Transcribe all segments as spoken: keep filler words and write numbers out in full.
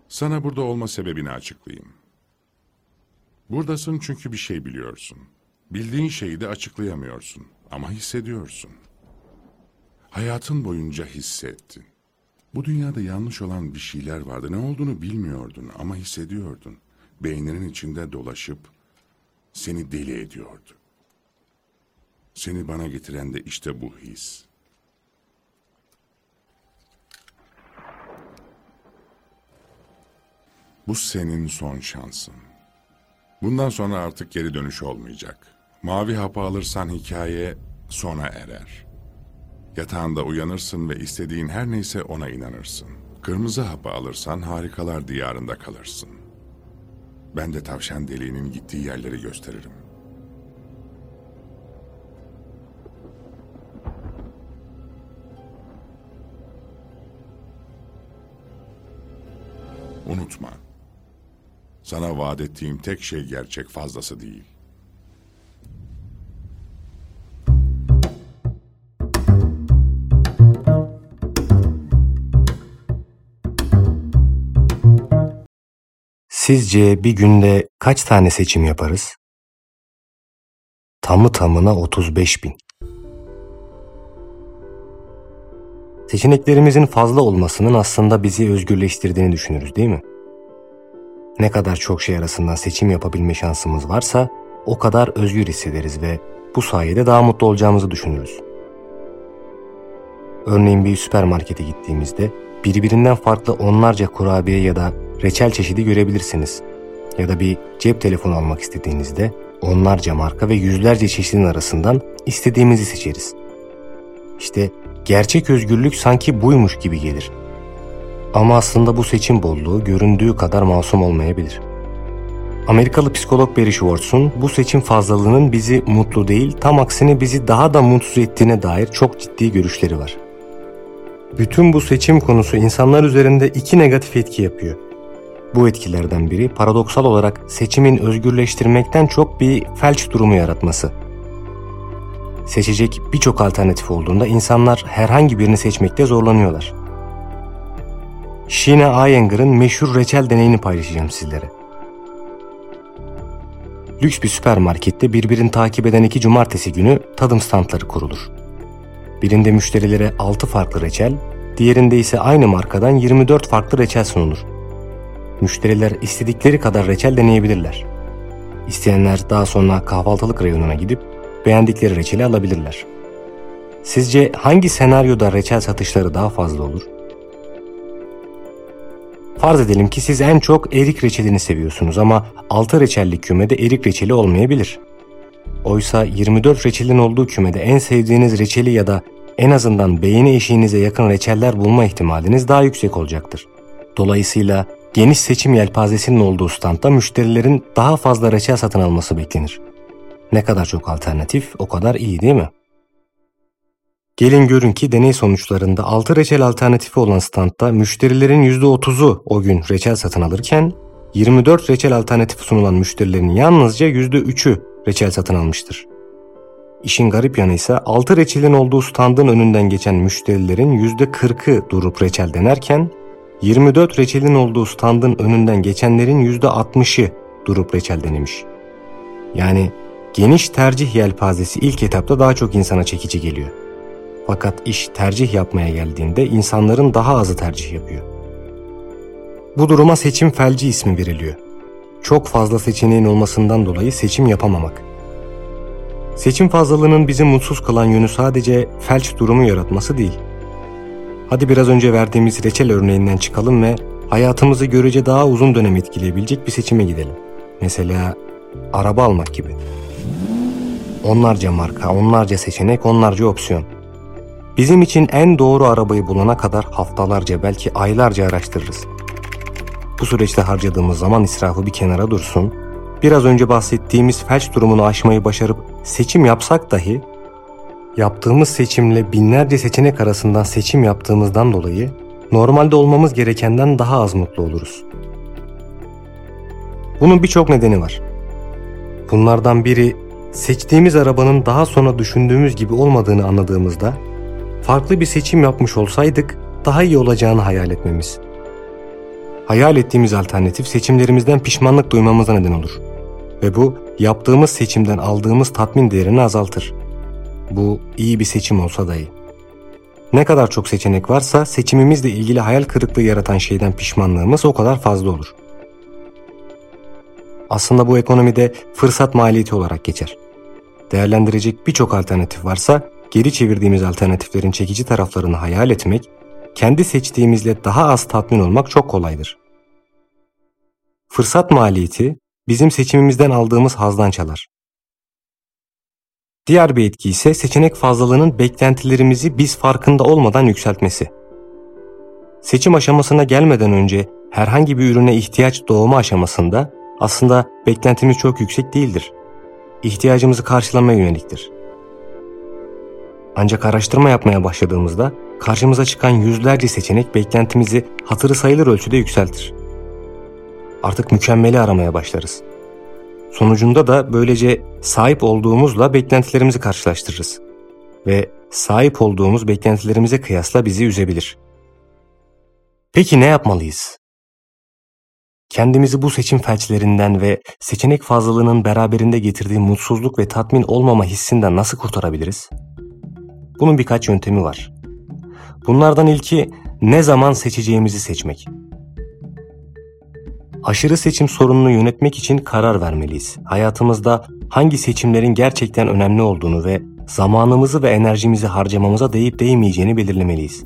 Sana burada olma sebebini açıklayayım. Buradasın çünkü bir şey biliyorsun. Bildiğin şeyi de açıklayamıyorsun ama hissediyorsun. Hayatın boyunca hissettin. Bu dünyada yanlış olan bir şeyler vardı. Ne olduğunu bilmiyordun ama hissediyordun. Beyninin içinde dolaşıp seni deli ediyordu. Seni bana getiren de işte bu his. Bu senin son şansın. Bundan sonra artık geri dönüş olmayacak. Mavi hapı alırsan hikaye sona erer. Yatağında uyanırsın ve istediğin her neyse ona inanırsın. Kırmızı hapı alırsan harikalar diyarında kalırsın. Ben de tavşan deliğinin gittiği yerleri gösteririm. Unutma. Sana vaat ettiğim tek şey gerçek, fazlası değil. Sizce bir günde kaç tane seçim yaparız? Tamı tamına otuz beş bin. Seçeneklerimizin fazla olmasının aslında bizi özgürleştirdiğini düşünürüz, değil mi? Ne kadar çok şey arasından seçim yapabilme şansımız varsa o kadar özgür hissederiz ve bu sayede daha mutlu olacağımızı düşünürüz. Örneğin bir süpermarkete gittiğimizde birbirinden farklı onlarca kurabiye ya da reçel çeşidi görebilirsiniz. Ya da bir cep telefonu almak istediğinizde onlarca marka ve yüzlerce çeşidin arasından istediğimizi seçeriz. İşte gerçek özgürlük sanki buymuş gibi gelir. Ama aslında bu seçim bolluğu göründüğü kadar masum olmayabilir. Amerikalı psikolog Barry Schwartz'un bu seçim fazlalığının bizi mutlu değil, tam aksine bizi daha da mutsuz ettiğine dair çok ciddi görüşleri var. Bütün bu seçim konusu insanlar üzerinde iki negatif etki yapıyor. Bu etkilerden biri paradoksal olarak seçimin özgürleştirmekten çok bir felç durumu yaratması. Seçecek birçok alternatif olduğunda insanlar herhangi birini seçmekte zorlanıyorlar. Sheena Iyengar'ın meşhur reçel deneyini paylaşacağım sizlere. Lüks bir süpermarkette birbirini takip eden iki cumartesi günü tadım standları kurulur. Birinde müşterilere altı farklı reçel, diğerinde ise aynı markadan yirmi dört farklı reçel sunulur. Müşteriler istedikleri kadar reçel deneyebilirler. İsteyenler daha sonra kahvaltılık reyonuna gidip beğendikleri reçeli alabilirler. Sizce hangi senaryoda reçel satışları daha fazla olur? Farz edelim ki siz en çok erik reçelini seviyorsunuz ama altı reçellik kümede erik reçeli olmayabilir. Oysa yirmi dört reçelin olduğu kümede en sevdiğiniz reçeli ya da en azından beğeni eşiğinize yakın reçeller bulma ihtimaliniz daha yüksek olacaktır. Dolayısıyla geniş seçim yelpazesinin olduğu standta müşterilerin daha fazla reçel satın alması beklenir. Ne kadar çok alternatif o kadar iyi, değil mi? Gelin görün ki deney sonuçlarında altı reçel alternatifi olan standta müşterilerin yüzde otuzu o gün reçel satın alırken yirmi dört reçel alternatifi sunulan müşterilerin yalnızca yüzde üçü reçel satın almıştır. İşin garip yanı ise altı reçelin olduğu standın önünden geçen müşterilerin yüzde kırkı durup reçel denerken yirmi dört reçelin olduğu standın önünden geçenlerin yüzde altmışı durup reçel denemiş. Yani geniş tercih yelpazesi ilk etapta daha çok insana çekici geliyor. Fakat iş tercih yapmaya geldiğinde insanların daha azı tercih yapıyor. Bu duruma seçim felci ismi veriliyor. Çok fazla seçeneğin olmasından dolayı seçim yapamamak. Seçim fazlalığının bizi mutsuz kılan yönü sadece felç durumu yaratması değil. Hadi biraz önce verdiğimiz reçel örneğinden çıkalım ve hayatımızı görece daha uzun dönem etkileyebilecek bir seçime gidelim. Mesela araba almak gibi. Onlarca marka, onlarca seçenek, onlarca opsiyon. Bizim için en doğru arabayı bulana kadar haftalarca belki aylarca araştırırız. Bu süreçte harcadığımız zaman israfı bir kenara dursun. Biraz önce bahsettiğimiz felç durumunu aşmayı başarıp seçim yapsak dahi yaptığımız seçimle binlerce seçenek arasından seçim yaptığımızdan dolayı normalde olmamız gerekenden daha az mutlu oluruz. Bunun birçok nedeni var. Bunlardan biri seçtiğimiz arabanın daha sonra düşündüğümüz gibi olmadığını anladığımızda farklı bir seçim yapmış olsaydık daha iyi olacağını hayal etmemiz. Hayal ettiğimiz alternatif seçimlerimizden pişmanlık duymamıza neden olur. Ve bu yaptığımız seçimden aldığımız tatmin değerini azaltır. Bu iyi bir seçim olsa dahi. Ne kadar çok seçenek varsa seçimimizle ilgili hayal kırıklığı yaratan şeyden pişmanlığımız o kadar fazla olur. Aslında bu ekonomide fırsat maliyeti olarak geçer. Değerlendirecek birçok alternatif varsa geri çevirdiğimiz alternatiflerin çekici taraflarını hayal etmek, kendi seçtiğimizle daha az tatmin olmak çok kolaydır. Fırsat maliyeti bizim seçimimizden aldığımız hazdan çalar. Diğer bir etki ise seçenek fazlalığının beklentilerimizi biz farkında olmadan yükseltmesi. Seçim aşamasına gelmeden önce herhangi bir ürüne ihtiyaç doğma aşamasında aslında beklentimiz çok yüksek değildir. İhtiyacımızı karşılamaya yöneliktir. Ancak araştırma yapmaya başladığımızda karşımıza çıkan yüzlerce seçenek beklentimizi hatırı sayılır ölçüde yükseltir. Artık mükemmeli aramaya başlarız. Sonucunda da böylece sahip olduğumuzla beklentilerimizi karşılaştırırız. Ve sahip olduğumuz beklentilerimize kıyasla bizi üzebilir. Peki ne yapmalıyız? Kendimizi bu seçim felçlerinden ve seçenek fazlalığının beraberinde getirdiği mutsuzluk ve tatmin olmama hissinden nasıl kurtarabiliriz? Bunun birkaç yöntemi var. Bunlardan ilki ne zaman seçeceğimizi seçmek. Aşırı seçim sorununu yönetmek için karar vermeliyiz. Hayatımızda hangi seçimlerin gerçekten önemli olduğunu ve zamanımızı ve enerjimizi harcamamıza değip değmeyeceğini belirlemeliyiz.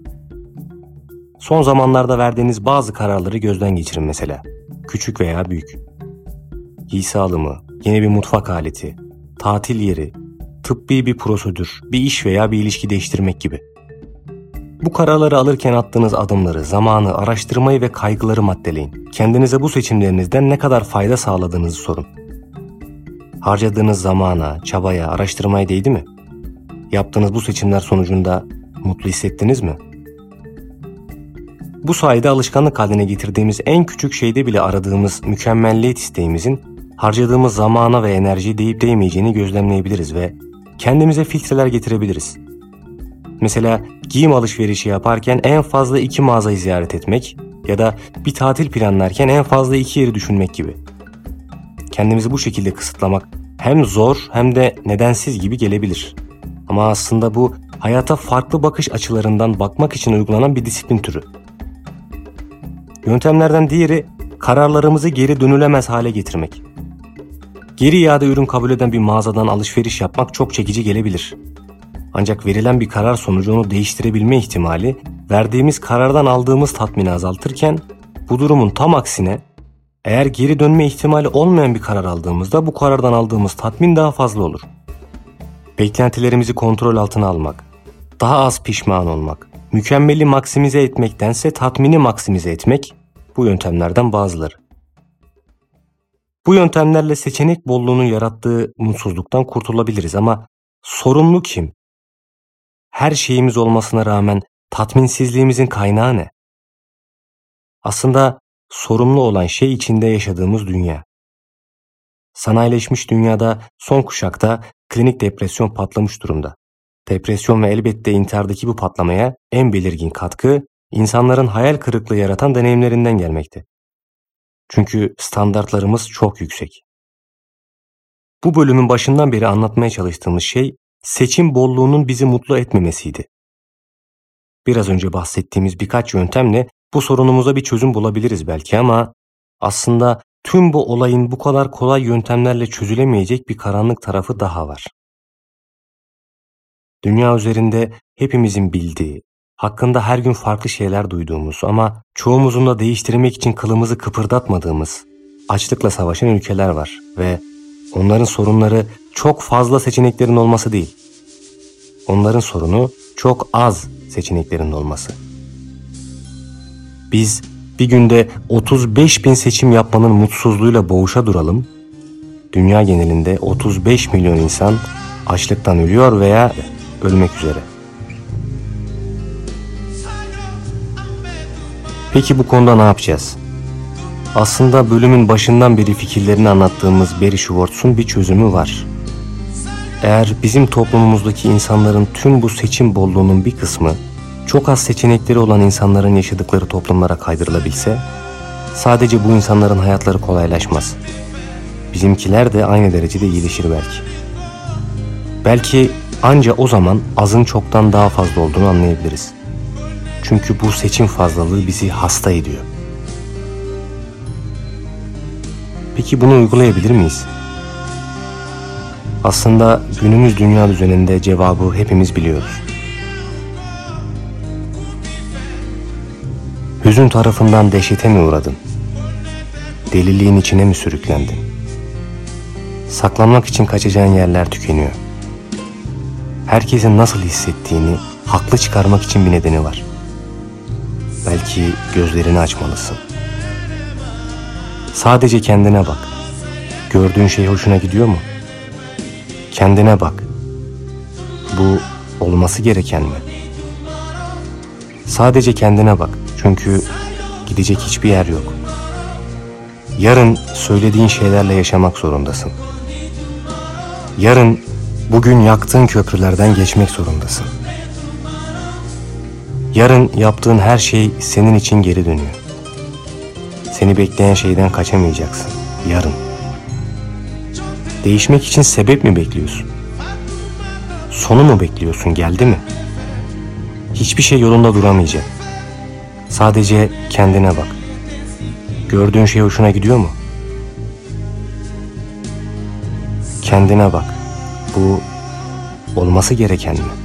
Son zamanlarda verdiğiniz bazı kararları gözden geçirin mesela. Küçük veya büyük. Giysi alımı, yeni bir mutfak aleti, tatil yeri, tıbbi bir prosedür, bir iş veya bir ilişki değiştirmek gibi. Bu kararları alırken attığınız adımları, zamanı, araştırmayı ve kaygıları maddeleyin. Kendinize bu seçimlerinizden ne kadar fayda sağladığınızı sorun. Harcadığınız zamana, çabaya, araştırmaya değdi mi? Yaptığınız bu seçimler sonucunda mutlu hissettiniz mi? Bu sayede alışkanlık haline getirdiğimiz en küçük şeyde bile aradığımız mükemmelliyet isteğimizin harcadığımız zamana ve enerjiye değip değmeyeceğini gözlemleyebiliriz ve kendimize filtreler getirebiliriz. Mesela giyim alışverişi yaparken en fazla iki mağazayı ziyaret etmek ya da bir tatil planlarken en fazla iki yeri düşünmek gibi. Kendimizi bu şekilde kısıtlamak hem zor hem de nedensiz gibi gelebilir. Ama aslında bu hayata farklı bakış açılarından bakmak için uygulanan bir disiplin türü. Yöntemlerden diğeri kararlarımızı geri dönülemez hale getirmek. Geri iade ürün kabul eden bir mağazadan alışveriş yapmak çok çekici gelebilir. Ancak verilen bir karar sonucu onu değiştirebilme ihtimali verdiğimiz karardan aldığımız tatmini azaltırken bu durumun tam aksine eğer geri dönme ihtimali olmayan bir karar aldığımızda bu karardan aldığımız tatmin daha fazla olur. Beklentilerimizi kontrol altına almak, daha az pişman olmak, mükemmeli maksimize etmektense tatmini maksimize etmek bu yöntemlerden bazıları. Bu yöntemlerle seçenek bolluğunun yarattığı mutsuzluktan kurtulabiliriz ama sorumlu kim? Her şeyimiz olmasına rağmen tatminsizliğimizin kaynağı ne? Aslında sorumlu olan şey içinde yaşadığımız dünya. Sanayileşmiş dünyada son kuşakta klinik depresyon patlamış durumda. Depresyon ve elbette intihardaki bu patlamaya en belirgin katkı insanların hayal kırıklığı yaratan deneyimlerinden gelmekte. Çünkü standartlarımız çok yüksek. Bu bölümün başından beri anlatmaya çalıştığımız şey seçim bolluğunun bizi mutlu etmemesiydi. Biraz önce bahsettiğimiz birkaç yöntemle bu sorunumuza bir çözüm bulabiliriz belki ama aslında tüm bu olayın bu kadar kolay yöntemlerle çözülemeyecek bir karanlık tarafı daha var. Dünya üzerinde hepimizin bildiği, hakkında her gün farklı şeyler duyduğumuz ama çoğumuzun da değiştirmek için kılımızı kıpırdatmadığımız açlıkla savaşan ülkeler var ve onların sorunları çok fazla seçeneklerin olması değil. Onların sorunu çok az seçeneklerin olması. Biz bir günde otuz beş bin seçim yapmanın mutsuzluğuyla boğuşa duralım. Dünya genelinde otuz beş milyon insan açlıktan ölüyor veya ölmek üzere. Peki bu konuda ne yapacağız? Aslında bölümün başından beri fikirlerini anlattığımız Barry Schwartz'un bir çözümü var. Eğer bizim toplumumuzdaki insanların tüm bu seçim bolluğunun bir kısmı çok az seçenekleri olan insanların yaşadıkları toplumlara kaydırılabilse, Sadece bu insanların hayatları kolaylaşmaz. Bizimkiler de aynı derecede iyileşir belki. Belki anca o zaman azın çoktan daha fazla olduğunu anlayabiliriz. Çünkü bu seçim fazlalığı bizi hasta ediyor. Peki bunu uygulayabilir miyiz? Aslında günümüz dünya düzeninde cevabı hepimiz biliyoruz. Hüzün tarafından dehşete mi uğradın? Deliliğin içine mi sürüklendin? Saklanmak için kaçacağın yerler tükeniyor. Herkesin nasıl hissettiğini haklı çıkarmak için bir nedeni var. Belki gözlerini açmalısın. Sadece kendine bak. Gördüğün şey hoşuna gidiyor mu? Kendine bak. Bu olması gereken mi? Sadece kendine bak. Çünkü gidecek hiçbir yer yok. Yarın söylediğin şeylerle yaşamak zorundasın. Yarın bugün yaktığın köprülerden geçmek zorundasın. Yarın yaptığın her şey senin için geri dönüyor. Seni bekleyen şeyden kaçamayacaksın. Yarın. Değişmek için sebep mi bekliyorsun? Sonu mu bekliyorsun? Geldi mi? Hiçbir şey yolunda duramayacak. Sadece kendine bak. Gördüğün şey hoşuna gidiyor mu? Kendine bak. Bu olması gereken mi?